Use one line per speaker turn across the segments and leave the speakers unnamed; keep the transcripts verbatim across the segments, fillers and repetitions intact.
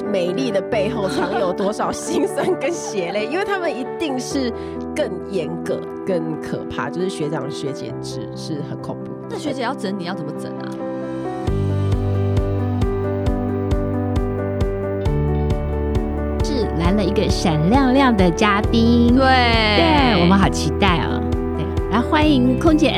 美丽的背后藏有多少辛酸跟血泪，因为他们一定是更严格更可怕，就是学长学姐制是很恐怖的。
那学姐要整你要怎么整啊？
是来了一个闪亮亮的嘉宾，
对
对，我们好期待哦。对，来欢迎空姐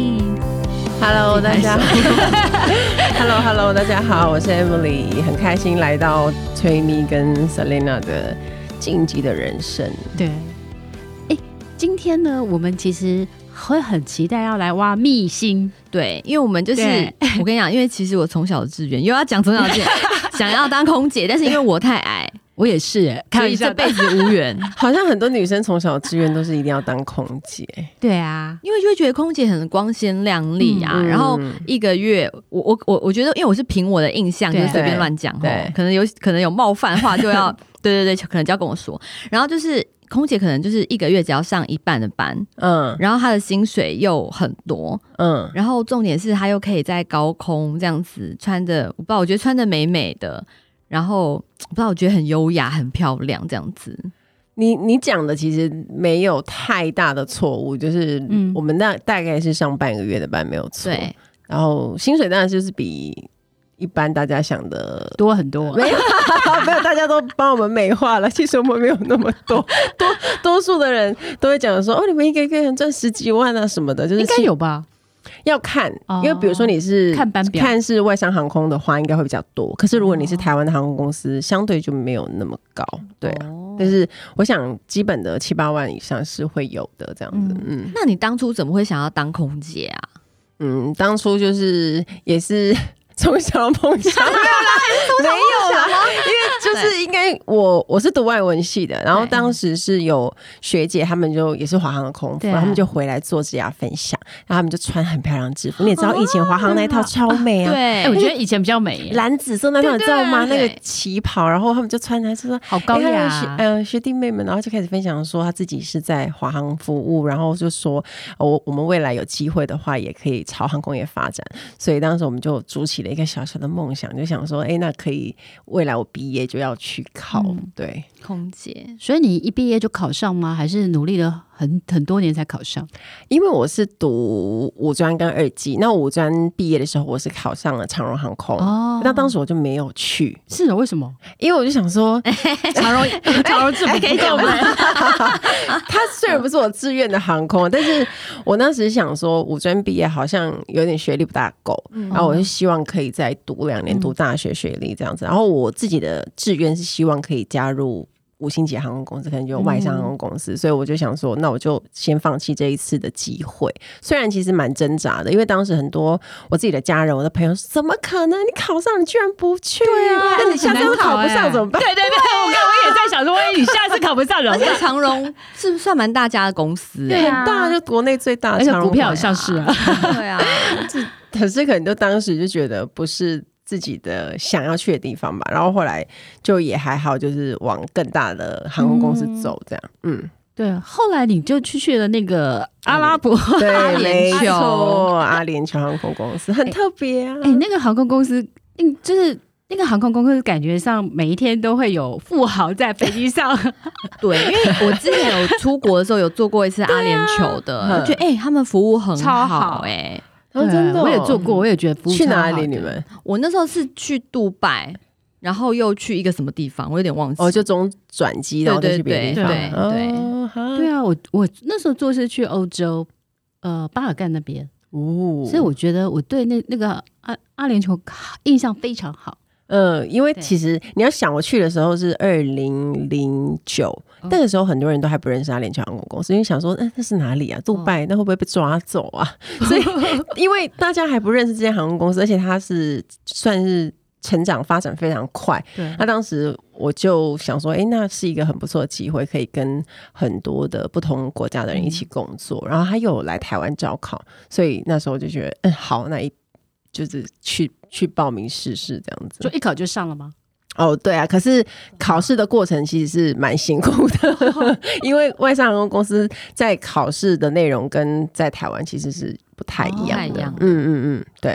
Emily。Hello，
大家好。Hello Hello， 大家好，我是 Emily， 很开心来到崔咪跟 Selena 的晋级的人生。
对，哎，今天呢，我们其实会很期待要来挖秘辛。
对，因为我们就是我跟你讲，因为其实我从小的志愿又要讲从小的志愿，想要当空姐，但是因为我太矮。
我也是耶，
所以这辈子无缘。
好像很多女生从小志愿都是一定要当空姐。
对啊，
因为就会觉得空姐很光鲜亮丽啊、嗯、然后一个月我我我我觉得因为我是凭我的印象就是随便乱讲，可能有可能有冒犯的话就要对对对可能就要跟我说。然后就是空姐可能就是一个月只要上一半的班，嗯，然后她的薪水又很多，嗯，然后重点是她又可以在高空这样子穿着，我不知道，我觉得穿着美美的，然后不知道我觉得很优雅很漂亮这样子。
你你讲的其实没有太大的错误，就是我们大大概是上半个月的班没有错，对，然后薪水当然就是比一般大家想的
多很多，
没有没有，大家都帮我们美化了，其实我们没有那么多，多多数的人都会讲说哦，你们一个月赚十几万啊什么的，就是
应该有吧。
要看，因为比如说你是
看班表，
看是外商航空的话，应该会比较多。可是如果你是台湾的航空公司，相对就没有那么高，对啊。但是我想基本的七八万以上是会有的，这样子。嗯，
嗯那你当初怎么会想要当空姐啊？
嗯，当初就是也是。从小梦想没有啦，因为就是应该我我是读外文系的，然后当时是有学姐他们就也是华航的空服，他们就回来做职涯分享，然后他们就穿很漂亮的制服，你也知道以前华航那一套超美啊，
对，我觉得以前比较美，
蓝紫色那套你知道吗？那个旗袍，然后他们就穿来就说
好高雅，
学呃学弟妹们，然后就开始分享说他自己是在华航服务，然后就说我我们未来有机会的话也可以朝航空业发展，所以当时我们就筑起一个小小的梦想，就想说，哎、欸，那可以未来我毕业就要去考、嗯、对
空姐。
所以你一毕业就考上吗？还是努力了很很多年才考上？
因为我是读五专跟二技，那五专毕业的时候，我是考上了长荣航空。哦，那当时我就没有去。
是的，为什么？
因为我就想说，
长荣长荣制服不够吗？
它虽然不是我志愿的航空，但是我当时想说，五专毕业好像有点学历不大够、嗯，然后我就希望可以再读两年，读大学学历这样子。然后我自己的志愿是希望可以加入五星级航空公司，可能就外商航空公司、嗯、所以我就想说那我就先放弃这一次的机会，虽然其实蛮挣扎的，因为当时很多我自己的家人我的朋友说怎么可能你考上你居然不去，对啊，那你下次都考不上怎么办？
对对对，我刚我也在想说万一你下次考不上
而且长荣是算蛮大家的公司，
对，很大，就国内最大的长荣，
而且股票有上市啊，
对啊
可是可能就当时就觉得不是自己的想要去的地方吧，然后后来就也还好，就是往更大的航空公司走这样。嗯，嗯
对。后来你就去去了那个阿拉伯，
对，
阿联酋，
没错，阿联酋航空公司很特别啊。
哎、欸欸，那个航空公司，嗯，就是那个航空公司，感觉上每一天都会有富豪在飞机上。
对，因为我之前有出国的时候有做过一次阿联酋的，我、啊、觉得哎、欸，他们服务很好、欸，哎。
哦、真的、哦，
我也做过，我也觉得服务
去哪里？你们？
我那时候是去杜拜，然后又去一个什么地方，我有点忘记。
哦，就中转机，然后再去别的地方。
对对 对, 对,
哦、对啊，我我那时候做是去欧洲，呃，巴尔干那边。哦，所以我觉得我对那那个阿阿联酋印象非常好。
呃，因为其实你要想，我去的时候是二零零九，那个时候很多人都还不认识阿联酋航空公司，因为想说，嗯、欸，那是哪里啊？杜拜，哦、那会不会被抓走啊？所以，因为大家还不认识这间航空公司，而且它是算是成长发展非常快。那当时我就想说，哎、欸，那是一个很不错的机会，可以跟很多的不同国家的人一起工作。嗯、然后他又有来台湾招考，所以那时候就觉得，嗯，好，那一就是去。去报名试试这样子，
就一考就上了吗？
哦，对啊，可是考试的过程其实是蛮辛苦的，哦、因为外商航空公司在考试的内容跟在台湾其实是不太一样的。哦、嗯嗯嗯，对。
那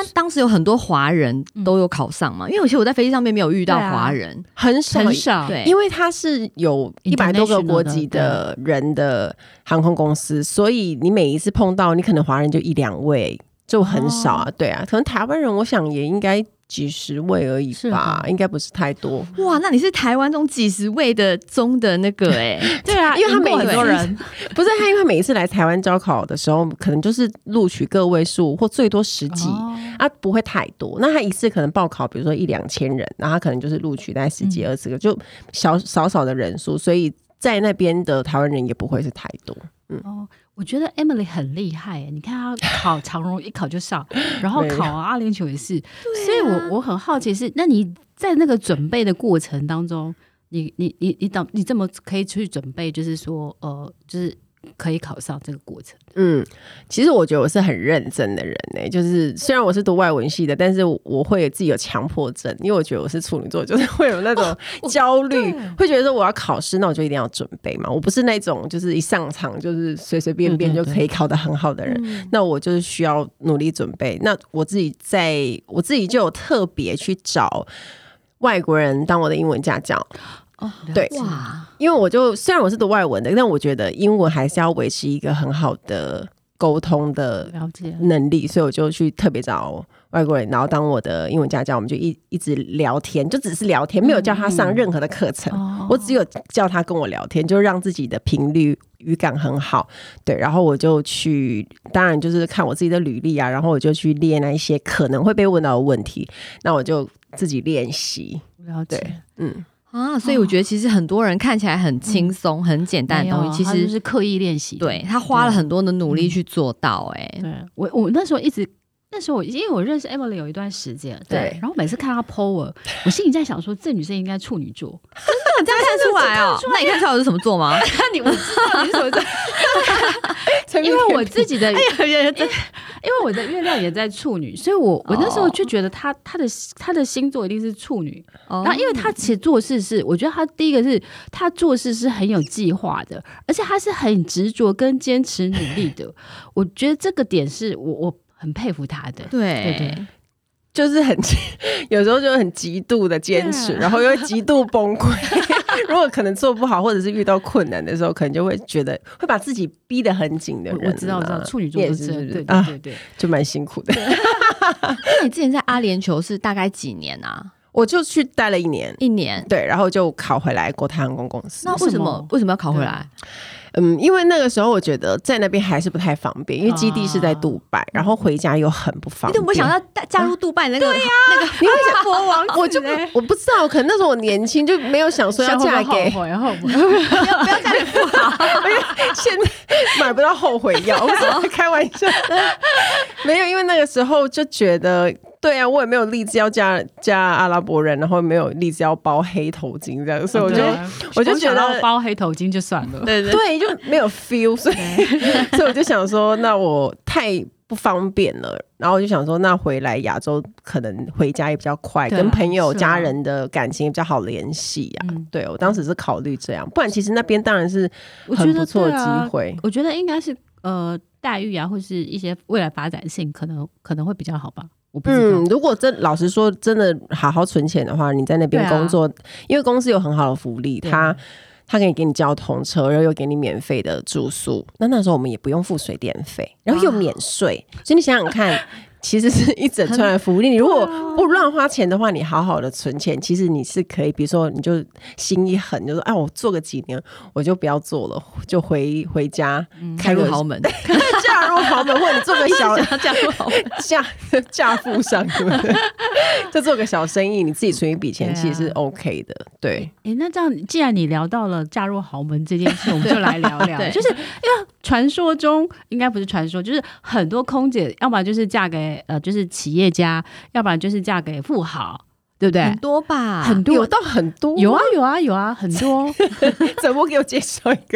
那当时有很多华人都有考上嘛？因为有些我在飞机上面没有遇到华人，
啊、很少
很少，
对，
因为它是有一百多个国籍的人的航空公司，所以你每一次碰到，你可能华人就一两位，就很少啊。哦、对啊，可能台湾人，我想也应该几十位而已吧，应该不是太多。
哇，那你是台湾中几十位的中的那个哎、欸，
对啊，
因为他每
很多人
不是他，因为他每一次来台湾招考的时候，可能就是录取个位数或最多十几、哦、啊，不会太多。那他一次可能报考，比如说一两千人，然后他可能就是录取大概十几、二十个，就小少少的人数，所以在那边的台湾人也不会是太多。嗯。
哦，我觉得 Emily 很厉害耶，你看她考长荣一考就上，然后考阿联酋也是，所以我我很好奇是，那你在那个准备的过程当中，你你你你等你这么可以去准备，就是说呃，就是可以考上这个过程。
嗯，其实我觉得我是很认真的人呢、欸，就是虽然我是读外文系的，但是我会自己有强迫症，因为我觉得我是处女座，就是会有那种焦虑、哦，会觉得说我要考试，那我就一定要准备嘛。我不是那种就是一上场就是随随便便就可以考得很好的人，对对对，那我就是需要努力准备。那我自己在我自己就有特别去找外国人当我的英文家教。
哦，
对，因为我就虽然我是读外文的，但我觉得英文还是要维持一个很好的沟通的能力，所以我就去特别找外国人，然后当我的英文家教，我们就 一, 一直聊天，就只是聊天，没有叫他上任何的课程、嗯、我只有叫他跟我聊天，就让自己的频率语感很好。对，然后我就去，当然就是看我自己的履历啊，然后我就去练那一些可能会被问到的问题，那我就自己练习。
了解，对，
嗯。啊，所以我觉得其实很多人看起来很轻松、嗯、很简单的东西，其实
就是刻意练习，
对，他花了很多的努力去做到、欸。哎、
嗯，对，我我那时候一直。那时候我因为我认识 Emily 有一段时间，对，然后每次看她 po 我，我心里在想说，这女生应该处女座，
真的这样看出来哦？那你看出来我是什么座吗？
你我知道你是什么座，因为我自己的，因为我的月亮也在处女，所以我我那时候就觉得她她的她的星座一定是处女。然后因为她其实做事是，我觉得她第一个是她做事是很有计划的，而且她是很执着跟坚持努力的。我觉得这个点是我我。很佩服他的，
对
对对，
就是很有时候就很极度的坚持，然后又极度崩溃。如果可能做不好，或者是遇到困难的时候，可能就会觉得会把自己逼得很紧的人、啊。
我知道，我知道，处女座也是，对对对对，
就蛮辛苦的。
那你之前在阿联酋是大概几年啊？
我就去待了一年，
一年，
对，然后就考回来国泰航空公司。
那为什么为什么要考回来？
嗯，因为那个时候我觉得在那边还是不太方便，因为基地是在杜拜，啊、然后回家又很不方便。
你怎么会想要加入杜拜那个？对呀、啊，那个
你会想国王子、欸？
我就我不知道，可能那时候我年轻，就没有想说要嫁给，
然后不
要不要嫁给富豪？
因为现在买不到后悔药，我是开玩笑。没有，因为那个时候就觉得。对啊，我也没有立志要嫁嫁阿拉伯人，然后没有立志要包黑头巾这样，所以我就、啊、我就觉得
包黑头巾就算了，
对 对, 对，就没有 feel， 所以所以我就想说，那我太不方便了，然后我就想说，那回来亚洲可能回家也比较快，跟朋友、家人的感情也比较好联系啊。嗯、对我当时是考虑这样，不然其实那边当然是很不错的机会。
我觉得应该是呃待遇啊，或是一些未来发展性，可能可能会比较好吧。我不知道
嗯，如果真老实说，真的好好存钱的话，你在那边工作，啊、因为公司有很好的福利，他他可以给你交通车，然后又给你免费的住宿。那那时候我们也不用付水电费，然后又免税，所以你想想看。其实是一整串的福利，你如果不乱花钱的话，你好好的存钱，其实你是可以，比如说你就心一狠，就说哎，我做个几年我就不要做了，就回回家
开入豪门，
嫁入豪门，或者你做个小
嫁入豪门，
嫁嫁富商，对不对？就做个小生意，你自己存一笔钱，其实是 OK 的。对，
哎，那这样既然你聊到了嫁入豪门这件事，我们就来聊聊，就是因为传说中应该不是传说，就是很多空姐，要不然就是嫁给。呃，就是企业家，要不然就是嫁给富豪，对不对？
很多吧，
很多，
有到很多，
有啊，有啊，有啊，很多。
怎么给我介绍一个？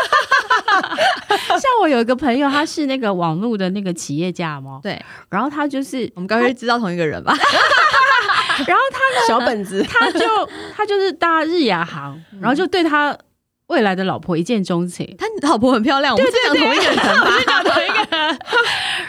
像我有一个朋友，他是那个网络的那个企业家嘛，
对，
然后他就是
我们刚才知道同一个人吧？
然后他呢，
小本子，
他就他就是搭日亚航，然后就对他未来的老婆一见钟情。
他老婆很漂亮，我们是讲同一个人吧？
是讲同一个人。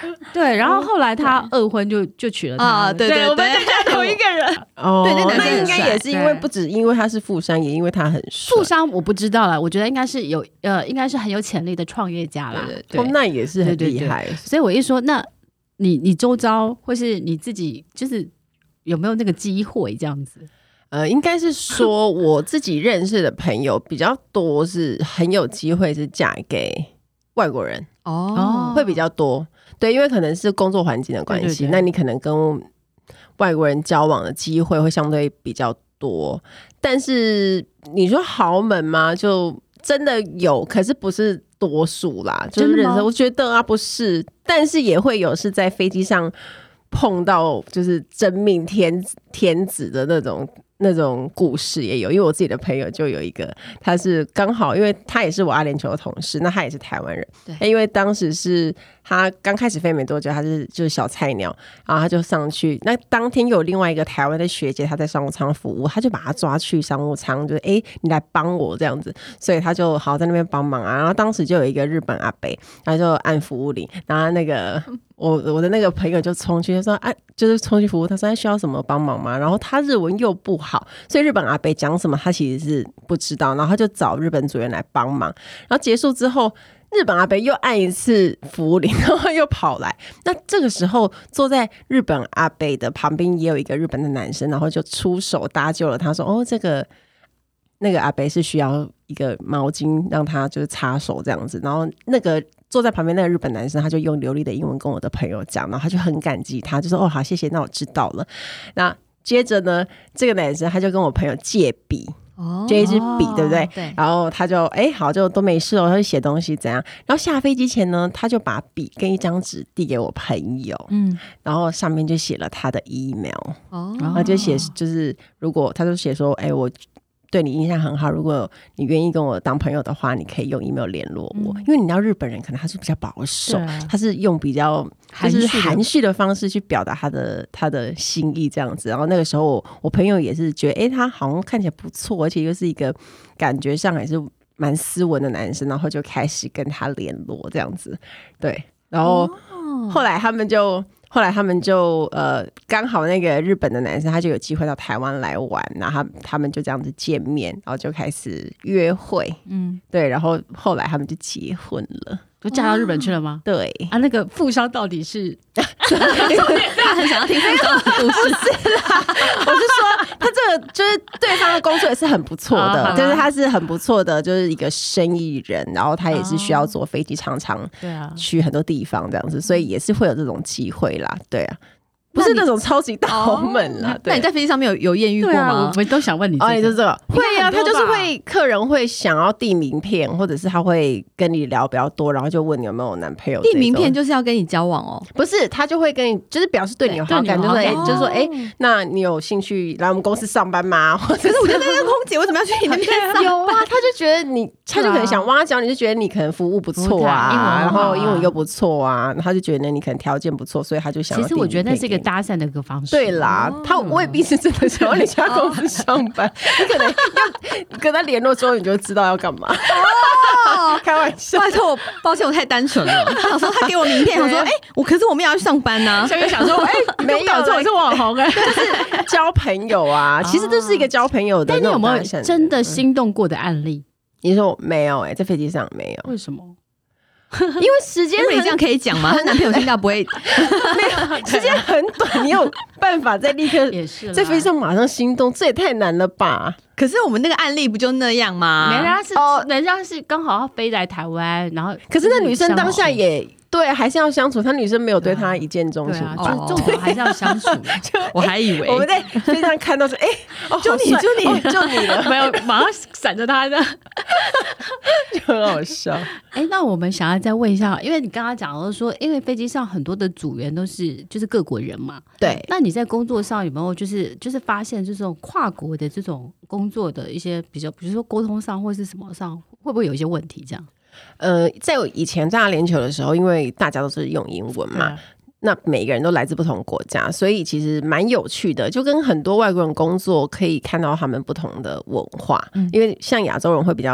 对，然后后来他二婚就就娶了他啊，
对对对，
我们就叫同一个人。
哦，
对，那男生
应该也是因为不止因为他是富商，也因为他很帅。
富商我不知道了，我觉得应该是有呃，应该是很有潜力的创业家啦。
对，哦，那也是很厉害。
对对对，所以我一说，那你你周遭或是你自己，就是有没有那个机会这样子？
呃，应该是说我自己认识的朋友比较多，是很有机会是嫁给外国人哦，会比较多。对，因为可能是工作环境的关系，对对对，那你可能跟外国人交往的机会会相对比较多。但是你说豪门吗？就真的有，可是不是多数啦。就是人生，我觉得啊，不是，但是也会有是在飞机上碰到就是真命天天子的那种。那种故事也有，因为我自己的朋友就有一个，他是刚好，因为他也是我阿联酋的同事，那他也是台湾人，对，因为当时是他刚开始飞没多久，他是就是小菜鸟，然后他就上去，那当天有另外一个台湾的学姐，她在商务舱服务，他就把他抓去商务舱，就是哎、欸，你来帮我这样子，所以他就好在那边帮忙啊，然后当时就有一个日本阿伯，然后就按服务铃，然后那个。我我的那个朋友就冲去，他说：“哎、啊，就是冲去服务。”他说：“他需要什么帮忙吗？”然后他日文又不好，所以日本阿伯讲什么他其实是不知道。然后他就找日本组员来帮忙。然后结束之后，日本阿伯又按一次服务铃，然后又跑来。那这个时候，坐在日本阿伯的旁边也有一个日本的男生，然后就出手搭救了他，说：“哦，这个那个阿伯是需要一个毛巾让他就是擦手这样子。”然后那个。坐在旁边那个日本男生，他就用流利的英文跟我的朋友讲，然后他就很感激他，就说：“哦，好，谢谢，那我知道了。”那接着呢，这个男生他就跟我朋友借笔，哦、借一支笔，对不对？对。然后他就哎，好，就都没事了，他就写东西怎样？然后下飞机前呢，他就把笔跟一张纸递给我朋友，嗯，然后上面就写了他的 email， 哦，然后就写就是如果他就写说，哎，我。对你印象很好，如果你愿意跟我当朋友的话，你可以用 email 联络我、嗯、因为你知道日本人可能他是比较保守、啊、他是用比较就是含蓄的方式去表达他的他的心意这样子。然后那个时候 我, 我朋友也是觉得哎、欸，他好像看起来不错，而且又是一个感觉上还是蛮斯文的男生，然后就开始跟他联络这样子。对，然后后来他们就后来他们就呃，刚好那个日本的男生他就有机会到台湾来玩，然后 他, 他们就这样子见面，然后就开始约会，嗯，对，然后后来他们就结婚了。
就嫁到日本去了吗？
对
啊，那个富商到底是
他很想要听富商的故事。
不是啦，我是说他这个就是对方的工作也是很不错的、啊、就是他是很不错的，就是一个生意人，然后他也是需要坐飞机常常去很多地方这样子，所以也是会有这种机会啦。对啊，不是那种超级大豪门啦、哦、
那你在飞机上面有有艳遇过吗？
啊、我都想问你、这個、
哦，你就这个会啊，他就是会客人会想要递名片，或者是他会跟你聊比较多，然后就问你有没有男朋友。
递名片就是要跟你交往哦？
不是，他就会跟你就是表示对你有好感，就是哎，就是说哎、欸，那你有兴趣来我们公司上班吗？或者是
我觉得那个空姐为什么要去你那边上？
有啊，他就觉得你，他就可能想挖角你，就觉得你可能服务不错啊，然后英文又不错啊，他就觉得你可能条件不错，所以他就想要。
其实我觉得那是一个搭讪的一个方式。
对啦，他未必是真的想要你家公司上班，你可能要跟他联络之后，你就知道要干嘛。哦，开玩笑，
拜托，抱歉，我太单纯了。他想说他给我名片，我说哎、欸，我可是我们也要去上班呢、啊。
所以想说哎、欸，没有，这我是网红哎，
就是交朋友啊，其实这是一个交朋友的那种。
但你有没有真的心动过的案例？
你说没有哎、欸，在飞机上没有，
为什么？
因为时间
你这样可以讲吗？她男朋友听到不会
没有，时间很短，你有办法在立刻
也是在
飞机上马上心动，这也太难了吧？
可是我们那个案例不就那样吗？
人家是哦，人家是刚好要飞来台湾，然后
可是那女生当下也对，还是要相处。她女生没有对他一见钟情，
就重点还是要相处。
我还以为
我们在飞机上看到说，哎、欸，就你就你就你了，
没有马上闪着他的，
就很好笑。
哎、欸，那我们想要再问一下，因为你刚刚讲到说，因为飞机上很多的组员都是就是各国人嘛，
对。
那你在工作上有没有就是就是发现这种跨国的这种工作的一些比较，比如说沟通上或是什么上，会不会有一些问题？这样？
呃，在我以前在阿联酋的时候，因为大家都是用英文嘛。那每个人都来自不同国家，所以其实蛮有趣的，就跟很多外国人工作可以看到他们不同的文化、嗯、因为像亚洲人会比较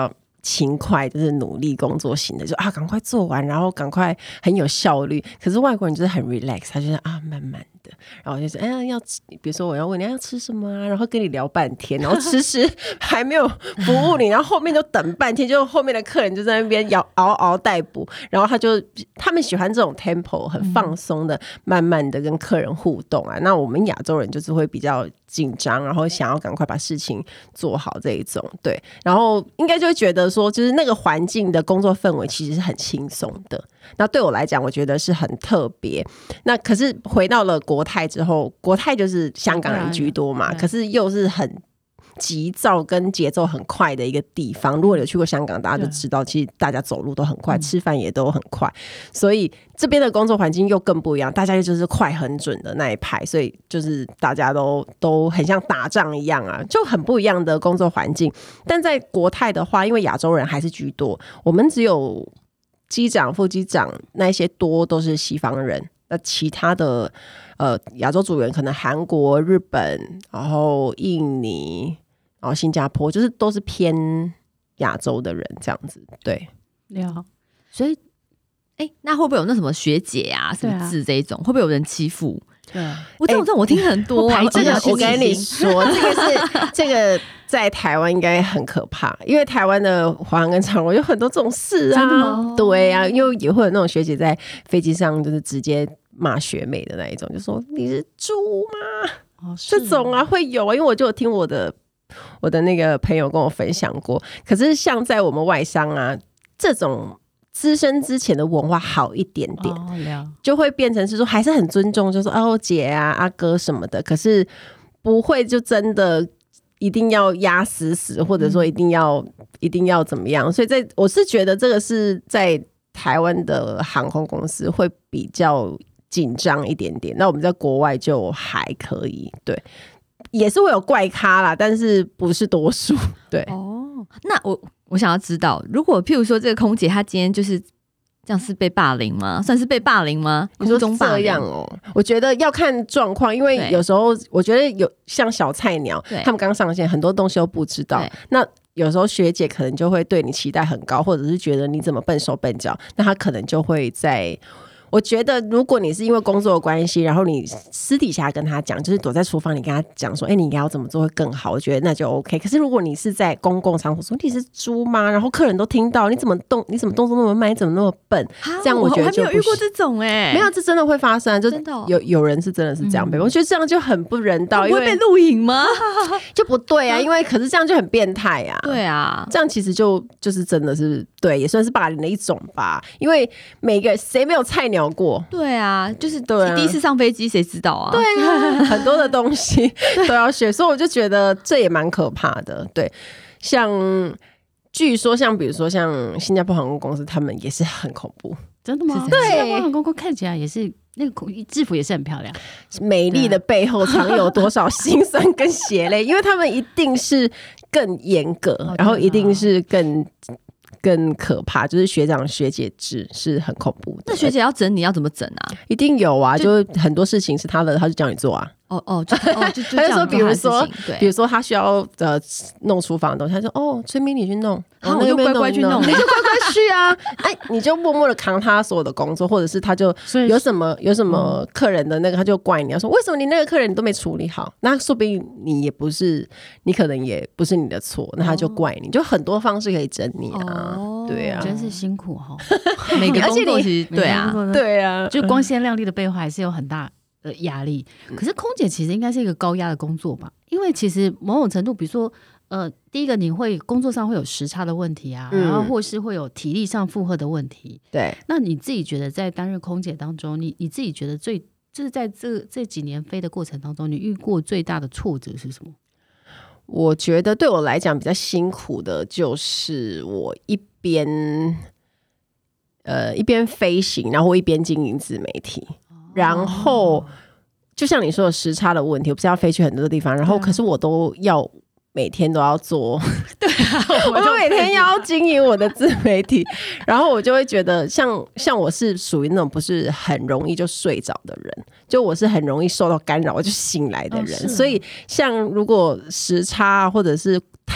勤快，就是努力工作型的，就啊赶快做完，然后赶快很有效率。可是外国人就是很 relax， 他就是啊慢慢的，然后就是哎呀要吃，比如说我要问你要吃什么啊，然后跟你聊半天，然后迟迟还没有服务你，然后后面就等半天，就后面的客人就在那边嗷嗷待哺，然后他就他们喜欢这种 tempo 很放松的，慢慢的跟客人互动啊。那我们亚洲人就是会比较紧张，然后想要赶快把事情做好这一种，对，然后应该就会觉得说，就是那个环境的工作氛围其实是很轻松的。那对我来讲，我觉得是很特别。那可是回到了国泰之后，国泰就是香港人居多嘛，可是又是很急躁跟节奏很快的一个地方。如果有去过香港，大家就知道，其实大家走路都很快，吃饭也都很快，所以这边的工作环境又更不一样，大家就是快很准的那一派，所以就是大家都都很像打仗一样啊，就很不一样的工作环境。但在国泰的话，因为亚洲人还是居多，我们只有机长、副机长那些多都是西方人，那其他的呃亚洲组员可能韩国、日本，然后印尼，然后新加坡，就是都是偏亚洲的人这样子。对，
了，所以
哎、欸，那会不会有那什么学姐啊、什么字这一种，会不会有人欺负？
对，
我这种、欸、我听很多、啊，
这个我跟你说，这个是这个在台湾应该很可怕，因为台湾的华航跟长荣有很多这种事啊。
真的吗？
对啊，因为也会有那种学姐在飞机上就是直接骂学妹的那一种，就说你是猪吗？哦，这种啊会有啊，因为我就有听我的我的那个朋友跟我分享过。可是像在我们外商啊，这种资深之前的文化好一点点，哦、就会变成是说还是很尊重，就说哦姐啊阿哥什么的，可是不会就真的一定要压死死，或者说一定要、嗯、一定要怎么样。所以在我是觉得这个是在台湾的航空公司会比较紧张一点点，那我们在国外就还可以，对，也是会有怪咖啦，但是不是多数。对，
哦，那我我想要知道，如果譬如说这个空姐她今天就是这样，是被霸凌吗？算是被霸凌吗？
你说这样哦，我觉得要看状况，因为有时候我觉得有像小菜鸟，他们刚上线，很多东西都不知道，那有时候学姐可能就会对你期待很高，或者是觉得你怎么笨手笨脚，那她可能就会在。我觉得如果你是因为工作的关系，然后你私底下跟他讲，就是躲在厨房你跟他讲说，哎、欸，你应该要怎么做会更好，我觉得那就 OK。可是如果你是在公共场所说你是猪吗？然后客人都听到，你怎么动，你怎么动作那么慢，你怎么那么笨？这样我觉得就不行。我还没有遇
过这种哎、欸，
没有，这真的会发生，就
真的、哦、
有有人是真的是这样被、嗯，我觉得这样就很不人道，
因为会被录影吗？
就不对啊，因为可是这样就很变态啊。
对啊，
这样其实就就是真的是对，也算是霸凌的一种吧。因为每个谁没有菜鸟过？
对啊，就是第一次上飞机，谁知道啊？
对啊，很多的东西都要学，所以我就觉得这也蛮可怕的。对，像据说像比如说像新加坡航空公司，他们也是很恐怖。
真的吗？
对，
新加坡航空公司看起来也是那个制服也是很漂亮，
美丽的背后藏有多少辛酸跟血泪？因为他们一定是更严格，哦、然后一定是更。更可怕，就是学长学姐制是很恐怖的。
那学姐要整你要怎么整啊？
一定有啊，就, 就很多事情是他的，他就叫你做啊。
哦哦，就哦就就
他就说，比如说，
对，
比如说他需要呃弄厨房的东西，他说哦，崔明你去弄，
然后我就乖乖去弄，
你就乖乖去啊。哎，你就默默的扛他所有的工作，或者是他就有什么有什么客人的那个，他就怪你，要说为什么你那个客人你都没处理好？那说不定你也不是，你可能也不是你的错，那他就怪你，就很多方式可以整你啊。哦、对啊，
真是辛苦哈。
每个工作其实对啊，
对啊，
就光鲜亮丽的背后还是有很大的压力。可是空姐其实应该是一个高压的工作吧？因为其实某种程度，比如说，呃，第一个你会工作上会有时差的问题啊，嗯、然后或是会有体力上负荷的问题。
对，
那你自己觉得在担任空姐当中，你你自己觉得最就是在这这几年飞的过程当中，你遇过最大的挫折是什么？
我觉得对我来讲比较辛苦的就是我一边呃一边飞行，然后一边经营自媒体，哦、然后就像你说的时差的问题，我不是要飞去很多的地方，然后可是我都要每天都要做，对啊，我就每天要经营我的自媒体，然后我就会觉得像像我是属于那种不是很容易就睡着的人，就我是很容易受到干扰我就醒来的人，哦、所以像如果时差或者是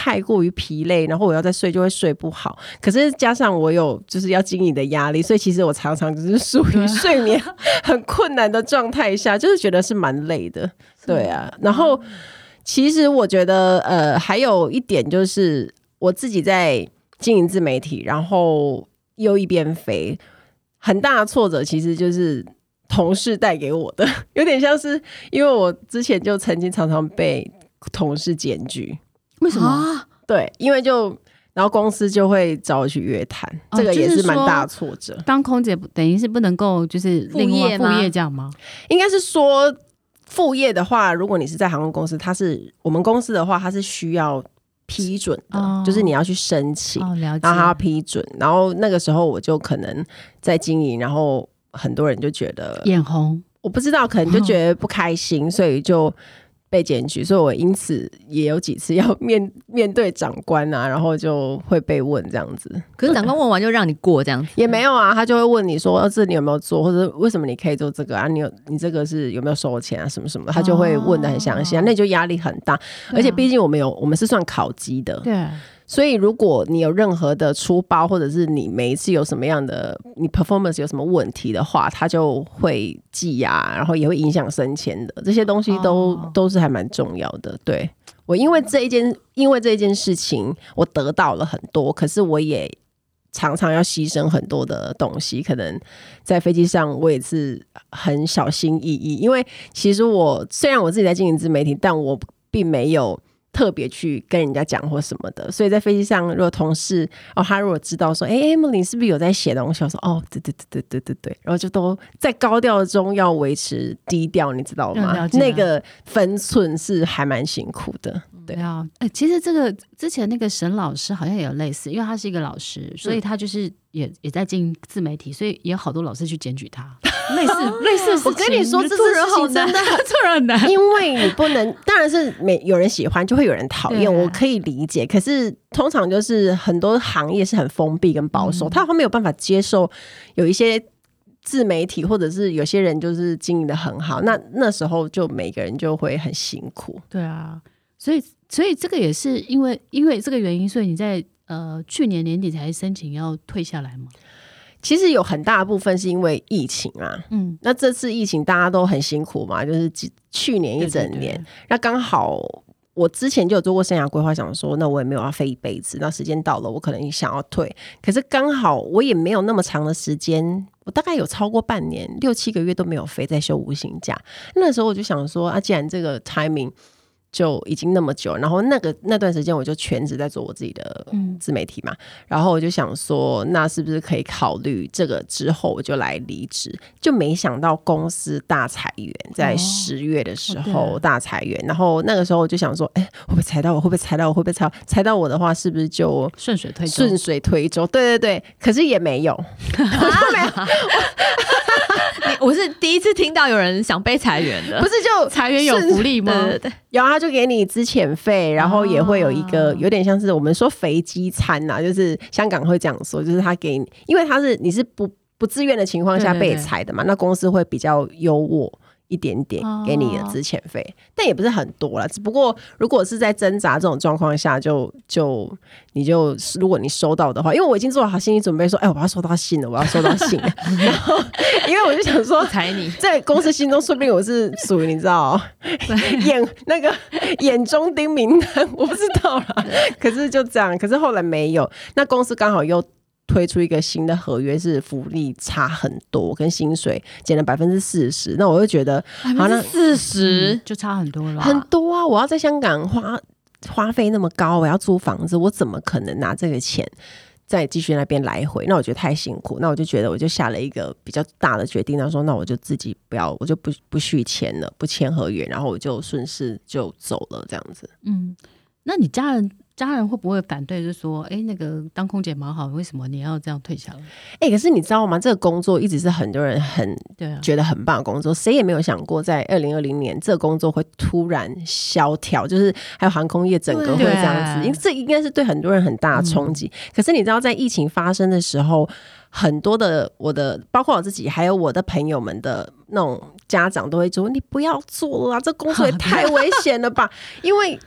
太过于疲累，然后我要再睡就会睡不好。可是加上我有就是要经营的压力，所以其实我常常就是属于睡眠很困难的状态下，就是觉得是蛮累的。对啊，然后其实我觉得呃还有一点就是我自己在经营自媒体，然后又一边飞，很大的挫折其实就是同事带给我的，有点像是因为我之前就曾经常常被同事检举。
为什么、啊、
对，因为就然后公司就会找我去约谈、哦、这个也是蛮大的挫折。
当空姐等于是不能够就是另外副业这样吗？
应该是说副业的话，如果你是在航空公司，它是我们公司的话它是需要批准的、哦、就是你要去申请、哦、然后他要批准，然后那个时候我就可能在经营，然后很多人就觉得
眼红，
我不知道，可能就觉得不开心、哦、所以就被检举，所以我因此也有几次要面面对长官啊，然后就会被问这样子。
可是长官问完就让你过这样子？
也没有啊，他就会问你说、啊、这你有没有做，或者为什么你可以做这个啊？你有你这个是有没有收钱啊？什么什么的，他就会问得很详细、啊哦、那就压力很大。而且毕竟我们有我们是算考绩的，
对。
所以如果你有任何的出包，或者是你每一次有什么样的你 performance 有什么问题的话，他就会记啊，然后也会影响升迁的，这些东西都、哦、都是还蛮重要的。对，我因为这一件因为这一件事情我得到了很多，可是我也常常要牺牲很多的东西，可能在飞机上我也是很小心翼翼，因为其实我虽然我自己在经营自媒体，但我并没有特别去跟人家讲或什么的，所以在飞机上如果同事哦，他如果知道说哎 Emily 你是不是有在写东西，我说哦对对对对对对，然后就都在高调中要维持低调，你知道吗？那个分寸是还蛮辛苦的。对
啊、欸，其实这个之前那个沈老师好像也有类似，因为他是一个老师，所以他就是也、嗯、也在经营自媒体，所以也有好多老师去检举他，类似类似的事情。
我跟你说，这做人好难，
做人很难，
因为你不能，当然是没有人喜欢，就会有人讨厌，我可以理解。可是通常就是很多行业是很封闭跟保守，嗯、他没有办法接受有一些自媒体，或者是有些人就是经营的很好，那那时候就每个人就会很辛苦。
对啊。所以，所以这个也是因为因为这个原因，所以你在呃去年年底才申请要退下来吗？
其实有很大的部分是因为疫情啊，嗯，那这次疫情大家都很辛苦嘛，就是去年一整年，对对对，那刚好我之前就有做过生涯规划，想说那我也没有要飞一辈子，那时间到了我可能想要退，可是刚好我也没有那么长的时间，我大概有超过半年六七个月都没有飞，在休无薪假，那时候我就想说啊，既然这个 timing就已经那么久，然后那个那段时间我就全职在做我自己的自媒体嘛、嗯、然后我就想说那是不是可以考虑这个之后我就来离职，就没想到公司大裁员，在十月的时候大裁员、哦、然后那个时候我就想说哎、欸，会不会裁到我会不会裁到我会不会裁到裁到我的话是不是就
顺水推舟
顺水推舟，对对对，可是也没有我就没有
我是第一次听到有人想被裁员的。
不是就
裁员有福利吗？
对对对，
然后他就给你资遣费，然后也会有一个有点像是我们说肥鸡餐啊，就是香港会这样说，就是他给你，因为他是你是不不自愿的情况下被裁的嘛，对对对，那公司会比较优渥一点点给你的资遣费、哦、但也不是很多啦，只不过如果是在挣扎这种状况下，就就你就如果你收到的话，因为我已经做好心理准备说哎、欸，我要收到信了，我要收到信了然后因为我就想说
裁你
在公司心中说不定我是属于你知道眼那个眼中钉名单，我不知道啦，可是就这样，可是后来没有，那公司刚好又推出一个新的合约，是福利差很多，跟薪水减了百分之四十，那我就觉得
百分之四十
就差很多了，
很多啊！我要在香港花花费那么高，我要租房子，我怎么可能拿这个钱再继续那边来回？那我觉得太辛苦，那我就觉得我就下了一个比较大的决定，那说那我就自己不要，我就不不续签了，不签合约，然后我就顺势就走了这样子。嗯，
那你家人？家人会不会反对，就说哎、欸，那个当空姐蛮好，为什么你要这样退下来？
哎、欸，可是你知道吗？这个工作一直是很多人很觉得很棒的工作，谁、啊、也没有想过在二零二零年这个工作会突然萧条，就是还有航空业整个会这样子，因为这应该是对很多人很大的冲击、嗯。可是你知道，在疫情发生的时候，很多的我的，包括我自己，还有我的朋友们的那种家长都会说：“你不要做了啦，这工作也太危险了吧！”因为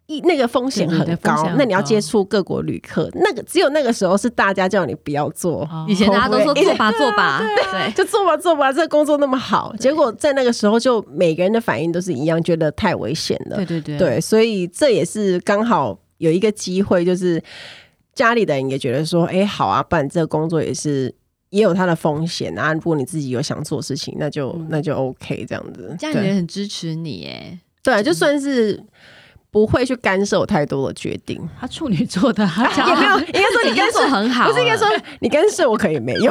那个风险很高，对对对，很高，那你要接触各国旅客，那个只有那个时候是大家叫你不要做，
哦、以前大家都说做吧做吧，
对、啊对, 啊、对，就做吧做吧，这个工作那么好，结果在那个时候就每个人的反应都是一样，觉得太危险了，
对对对
对，所以这也是刚好有一个机会，就是家里的人也觉得说，哎，好啊，不然这个工作也是也有它的风险啊，如果你自己有想做事情，那就、嗯、那就 OK 这样子，
家里人很支持你耶，
对啊，就算是不会去干涉我太多的决定。
他处女座的，他讲
也没有，应该说你干涉
很好，
不是应该说你干涉我可以没有，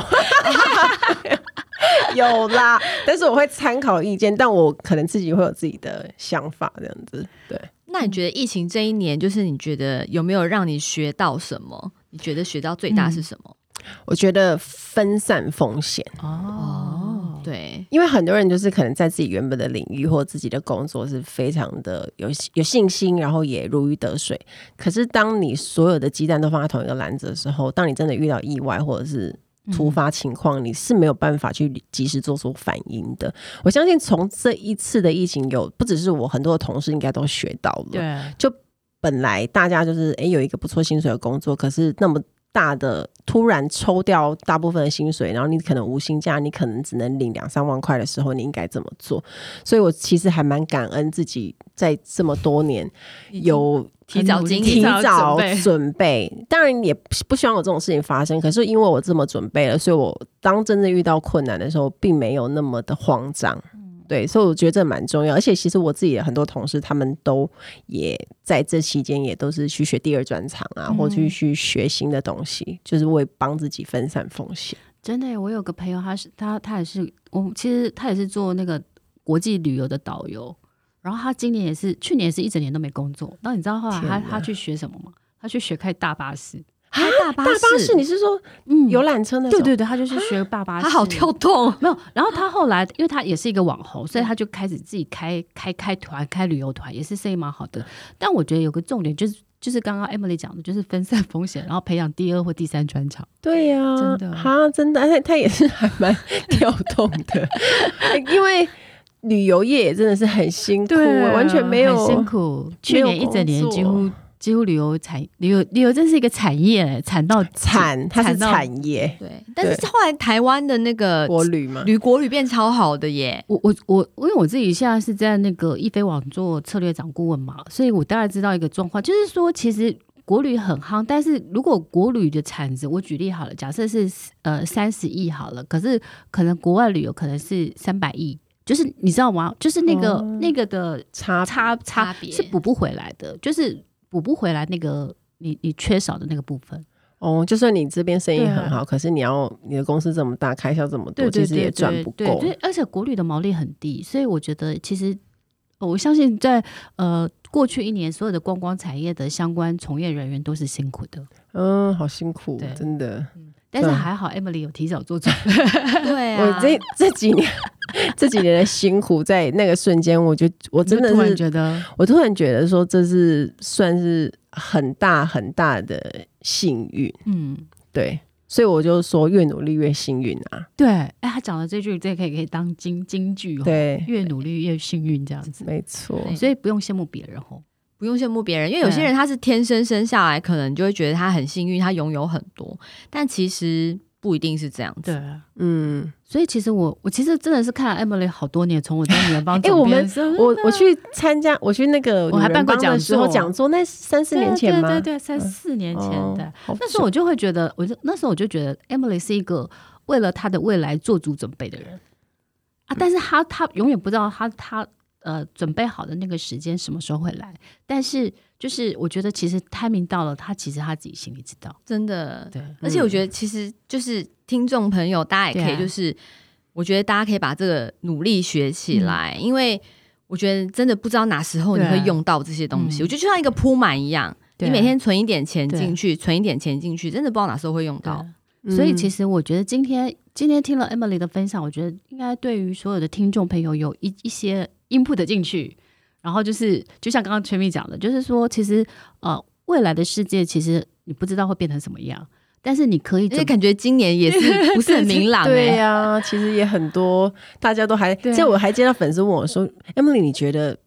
有啦，但是我会参考意见，但我可能自己会有自己的想法，这样子。对，
那你觉得疫情这一年，就是你觉得有没有让你学到什么？你觉得学到最大是什么？
嗯、我觉得分散风险
哦，对，
因为很多人就是可能在自己原本的领域或自己的工作是非常的有有信心，然后也如鱼得水。可是当你所有的鸡蛋都放在同一个篮子的时候，当你真的遇到意外或者是突发情况、嗯、你是没有办法去及时做出反应的。我相信从这一次的疫情有不只是我，很多的同事应该都学到了。
对，
就本来大家就是哎有一个不错薪水的工作，可是那么大的突然抽掉大部分的薪水，然后你可能无薪假，你可能只能领两三万块的时候，你应该怎么做？所以我其实还蛮感恩自己在这么多年有
提早经
提早准备，当然也不希望有这种事情发生，可是因为我这么准备了，所以我当真正遇到困难的时候并没有那么的慌张。对，所以我觉得这蛮重要，而且其实我自己的很多同事他们都也在这期间也都是去学第二专长啊、嗯、或去去学新的东西，就是为帮自己分散风险。
真的耶，我有个朋友他是他他也是我其实他也是做那个国际旅游的导游，然后他今年也是去年也是一整年都没工作，然后你知道后来他他去学什么吗？他去学开大巴士。
开大巴士，
大巴士你是说游览车那种？
对对对，他就是学大巴士，
他好跳动。
没有，然后他后来因为他也是一个网红，所以他就开始自己开开开团开旅游团，也是生意蛮好的。但我觉得有个重点就是就是刚刚 Emily 讲的，就是分散风险，然后培养第二或第三专长。
对呀、啊，真的哈，真的，他他也是还蛮跳动的，因为旅游业也真的是很辛苦，
对、啊，
完全没有
很辛苦。去年一整年几乎。几乎旅游产旅游旅游真是一个产业，产到
产它是产业。
对，但是后来台湾的那个
国旅嘛，
旅国旅变超好的耶。
我我我，因为我自己现在是在那个易飞网做策略长顾问嘛，所以我大概知道一个状况，就是说其实国旅很夯，但是如果国旅的产值，我举例好了，假设是呃三十亿好了，可是可能国外旅游可能是三百亿。就是你知道吗？就是那个、哦、那个的差差差别是补不回来的，就是补不回来那个你你缺少的那个部分。
哦，就算你这边生意很好，可是你要你的公司这么大，开销这么多，其实也赚不够。
对，对，而且国旅的毛利很低，所以我觉得其实我相信在呃过去一年，所有的观光产业的相关从业人员都是辛苦的。
嗯，好辛苦，真的。
嗯，但是还好 Emily 有提早做准备。
对啊，
我这这几年这几年的辛苦，在那个瞬间，我就我真的是
突然觉得，
我突然觉得说，这是算是很大很大的幸运。嗯，对，所以我就说，越努力越幸运啊。
对，哎，他讲的这句，这可以可以当金金句哦。
对，
越努力越幸运，这样子，
没错。
所以不用羡慕别人哦。
不用羡慕别人，因为有些人他是天生生下来，可能就会觉得他很幸运，他拥有很多，但其实不一定是这样子。
对，嗯，所以其实我我其实真的是看了 Emily 好多年，从我在女人帮总编，
哎，我们我我去参加，我去那个
我还办过讲座，
讲座那三四年前吗？
对对对，三四年前的、嗯哦、那时候我就会觉得，我就那时候我就觉得 Emily 是一个为了她的未来做足准备的人啊，但是她她永远不知道她她。呃，准备好的那个时间什么时候会来？但是就是我觉得其实 timing 到了，他其实他自己心里知道，
真的。
对，
而且我觉得其实就是听众朋友，大家也可以就是，啊、我觉得大家可以把这个努力学起来，嗯、因为我觉得真的不知道哪时候你会用到这些东西。我觉得就像一个铺满一样，你每天存一点钱进去，存一点钱进去，真的不知道哪时候会用到。
所以其实我觉得今天今天听了 Emily 的分享，我觉得应该对于所有的听众朋友有一一些 input 进去，然后就是就像刚刚全民讲的，就是说其实呃未来的世界其实你不知道会变成什么样，但是你可以，
而且感觉今年也是不是很明朗、欸、
对呀、啊，其实也很多大家都还，这我还接到粉丝问我说 Emily 你觉得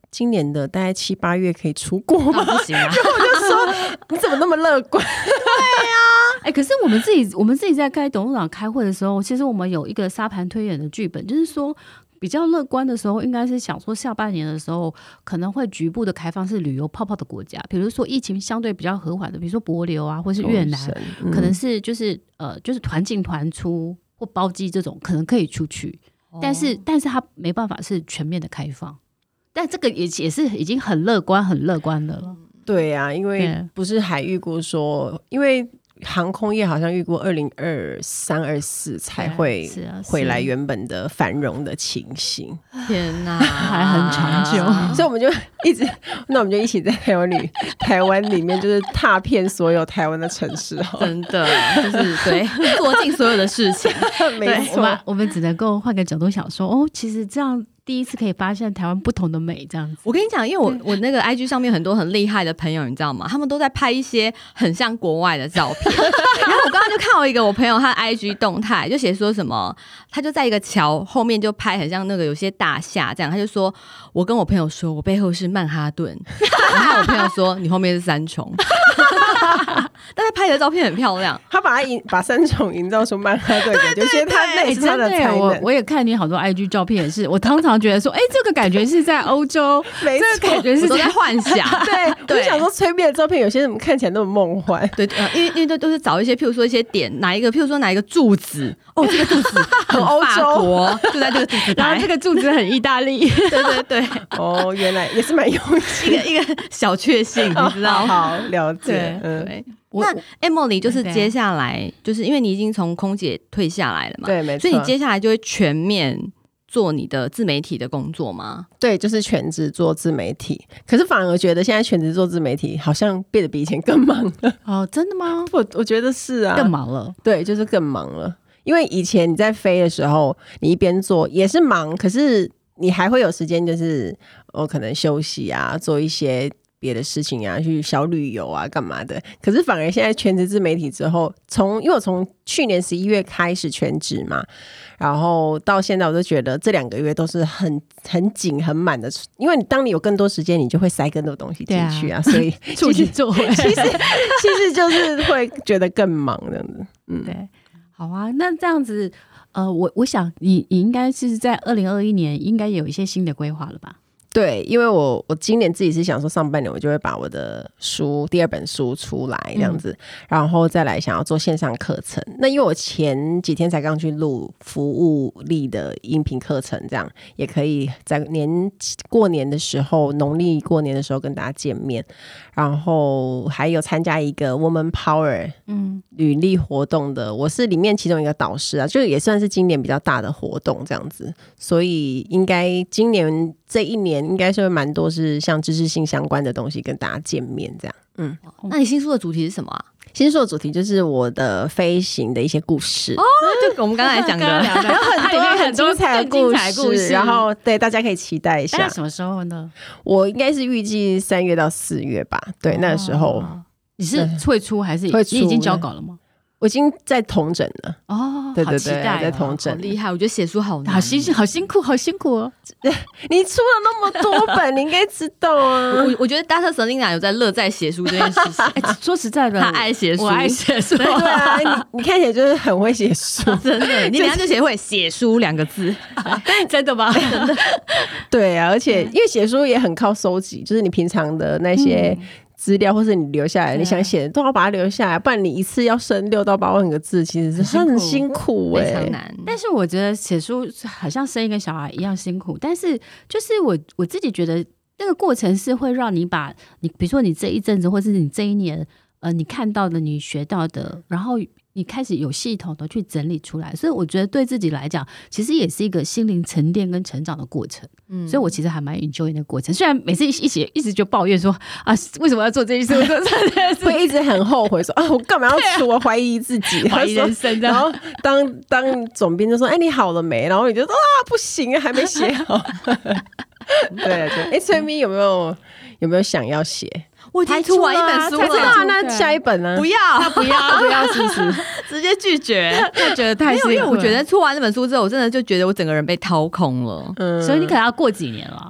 今年的大概七八月可以出国吗？
不行啊！
然后我就说你怎么那么乐观？
对呀、
啊，哎、欸，可是我们自己我们自己在开董事长开会的时候，其实我们有一个沙盘推演的剧本，就是说比较乐观的时候，应该是想说下半年的时候可能会局部的开放是旅游泡泡的国家，比如说疫情相对比较和缓的，比如说帛琉啊，或是越南，嗯、可能是就是呃就是团进团出或包机这种，可能可以出去，哦、但是但是它没办法是全面的开放。但这个也也是已经很乐观很乐观的了。
对啊，因为不是还预估说，因为航空业好像预估二零二三二四才会回来原本的繁荣的情形。
天哪，
还很长久，
所以我们就一直，那我们就一起在台湾里台湾里面就是踏遍所有台湾的城市，
真的就是对做尽所有的事情。
没错，
我们我们只能够换个角度想说，哦，其实这样。第一次可以发现台湾不同的美，这样子。
我跟你讲，因为我我那个 I G 上面很多很厉害的朋友，你知道吗？他们都在拍一些很像国外的照片。然后我刚刚就看到一个我朋友他的 I G 动态，就写说什么，他就在一个桥后面就拍很像那个有些大厦这样，他就说我跟我朋友说我背后是曼哈顿，然后我朋友说你后面是三重。但他拍的照片很漂亮，
他把他把三重营造出曼哈顿感觉，觉得他那是他的才能。
我我也看你好多 I G 照片，也是我常常觉得说，哎、欸，这个感觉是在欧洲，
没错，
这个感觉是
在幻想。
对，我就想说崔编的照片有些怎么看起来那么梦幻？
对，呃、因为因为都都是找一些，譬如说一些点，哪一个，譬如说哪一个柱子，哦，这个柱子很欧洲，就在这个柱子，
然后这个柱子很意大利，
对对对。
哦，原来也是蛮用心，
一个一个小确幸，你知道吗？
好了解，
对。对那 Emily 就是接下来，就是因为你已经从空姐退下来了嘛，
对，没错，
所以你接下来就会全面做你的自媒体的工作吗？
对，就是全职做自媒体。可是反而觉得现在全职做自媒体好像变得比以前更忙了。
哦，真的吗？
我我觉得是啊，
更忙了。
对，就是更忙了。因为以前你在飞的时候，你一边做也是忙，可是你还会有时间，就是我、哦、可能休息啊，做一些别的事情啊，去小旅游啊，干嘛的？可是反而现在全职自媒体之后，从因为我从去年十一月开始全职嘛，然后到现在，我就觉得这两个月都是很很紧、很满的。因为你当你有更多时间，你就会塞更多东西进去啊，啊所以
处女座
其实其实就是会觉得更忙这样子。嗯，
对，好啊，那这样子，呃，我我想你你应该是在二零二一年应该有一些新的规划了吧？
对，因为我我今年自己是想说，上半年我就会把我的书第二本书出来这样子，嗯、然后再来想要做线上课程。那因为我前几天才刚去录服务力的音频课程，这样也可以在年过年的时候，农历过年的时候跟大家见面。然后还有参加一个 Woman Power 嗯履历活动的，我是里面其中一个导师啊，就也算是今年比较大的活动这样子，所以应该今年这一年应该是会蛮多是像知识性相关的东西跟大家见面这样。嗯，
那你新书的主题是什么啊？
新书的主题就是我的飞行的一些故事
哦，就我们刚才讲的，
有很多很精彩的故 事, 故事然后对大家可以期待一下。
那什么时候呢？
我应该是预计三月到四月吧，对、哦、那个时候。
你是会出还是
会出？
你已经交稿了吗？
我已经在统整了
哦，
对对对，
好期待、哦，
在统整，
好厉害！我觉得写书好难，
好辛好辛苦，好辛苦哦。
你出了那么多本，你应该知道啊。
我我觉得 Doctor Selena 有在乐在写书这件事情。
欸、说实在的，
他爱写书，
我爱写书。
对啊，你你看起来就是很会写书，
真的。你等一下就写会写书两个字，
真的吗？真的。
对啊，而且因为写书也很靠收集，就是你平常的那些。嗯资料或是你留下来，你想写的都要把它留下来，不然你一次要生六到八万个字，其实是很辛苦哎、欸，
非常难。
但是我觉得写书好像生一个小孩一样辛苦，但是就是我我自己觉得那个过程是会让你把你，比如说你这一阵子，或是你这一年，呃，你看到的、你学到的，然后你开始有系统的去整理出来，所以我觉得对自己来讲，其实也是一个心灵沉淀跟成长的过程。嗯，所以我其实还蛮 enjoy 那个过程。虽然每次一起一直就抱怨说啊，为什么要做这件事，
会一直很后悔说啊，我干嘛要出？我怀疑自己，
怀疑人生。
然后当当总编就说，哎、欸，你好了没？然后你就说啊，不行，还没写好。对对，哎、欸，崔咪有没有有没有想要写？
我已经出完一本书了，
啊、那下一本呢？
不要，
他不要，不要，是不是？
直接拒绝，
他觉得太辛苦了。
因为我觉得出完这本书之后，我真的就觉得我整个人被掏空了。
嗯，所以你可能要过几年了。
可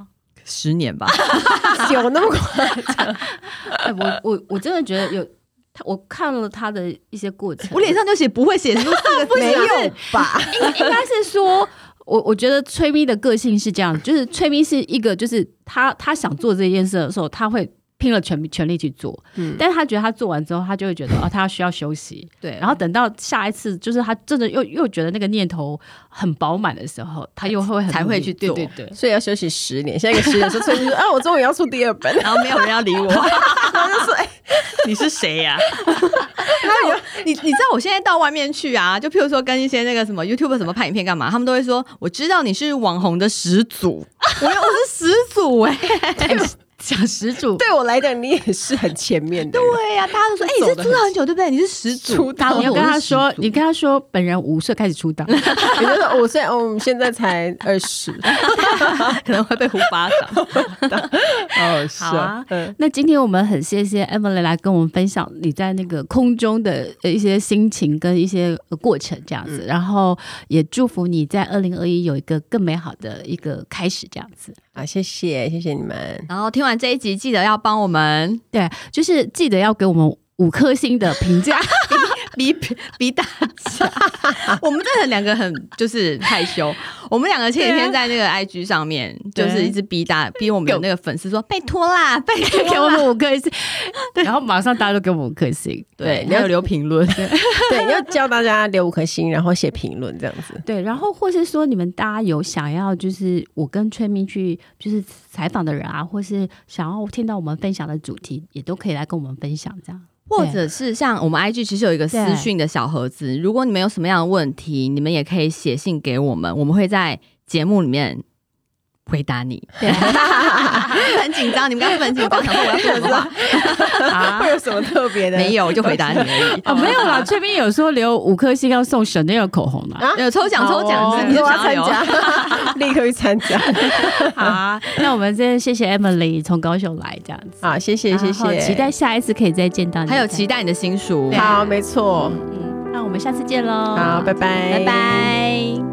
十年吧。
有那么夸张？
哎，我我我真的觉得有。我看了他的一些过程，
我脸上就写不会写出四个字，
没有吧？
应应该是说，我我觉得崔咪的个性是这样，就是崔咪是一个，就是他他想做这件事的时候，他会拼了全全力去做，嗯，但是他觉得他做完之后，他就会觉得哦，他需要休息，对，然后等到下一次，就是他真的又又觉得那个念头很饱满的时候，他又会很
才会去做，
对对对，
所以要休息十年。下一个十年说崔咪说啊，我终于要出第二本，
然后没有人要理我，然后就说哎。你是谁呀、啊？你你知道我现在到外面去啊，就譬如说跟一些那个什么 YouTuber 什么拍影片干嘛，他们都会说我知道你是网红的始祖，我我是始祖哎、欸。
讲始祖，
对我来讲，你也是很前面的。
对呀、啊，大家都说，哎、欸，你是出道很久，对不对？你是始祖。
你要跟他说，你跟他说，本人五岁开始出道，
你就说五岁，哦，现在才二十，
可能会被呼巴掌。
哦，是
好啊。嗯、那今天我们很谢谢 Emily 来跟我们分享你在那个空中的一些心情跟一些过程，这样子。嗯、然后也祝福你在二零二一有一个更美好的一个开始，这样子。
啊，谢谢，谢谢你们。
然后听完这一集，记得要帮我们，
对，就是记得要给我们五颗星的评价，
逼逼逼大家。我们真的两个很就是害羞，我们两个前几天在那个 I G 上面，就是一直逼大逼我们的那个粉丝说，拜托啦，拜托
给我们五颗星，然后马上大家都给我们五颗星。
对，你要留评论，
对，你要教大家留五颗星，然后写评论这样子。
对，然后或是说你们大家有想要就是我跟崔咪去就是采访的人啊，或是想要听到我们分享的主题，也都可以来跟我们分享这样。
或者是像我们 I G 其实有一个私讯的小盒子，如果你们有什么样的问题，你们也可以写信给我们，我们会在节目里面回答你。很紧张，你们刚刚很紧张，想说我要说什么话
啊？会有什么特别的？
没有，就回答你而已。
哦，没有啦，这边有说留五颗星要送 Chanel 口红啦，
有抽奖抽奖，
你就要参加，立刻去参加。
好啊，那我们真的谢谢 Emily 从高雄来这样子
啊，谢谢谢谢，
期待下一次可以再见到你，
还有期待你的新书。
好，没错，
嗯，那我们下次见喽，
好，拜拜，
拜拜。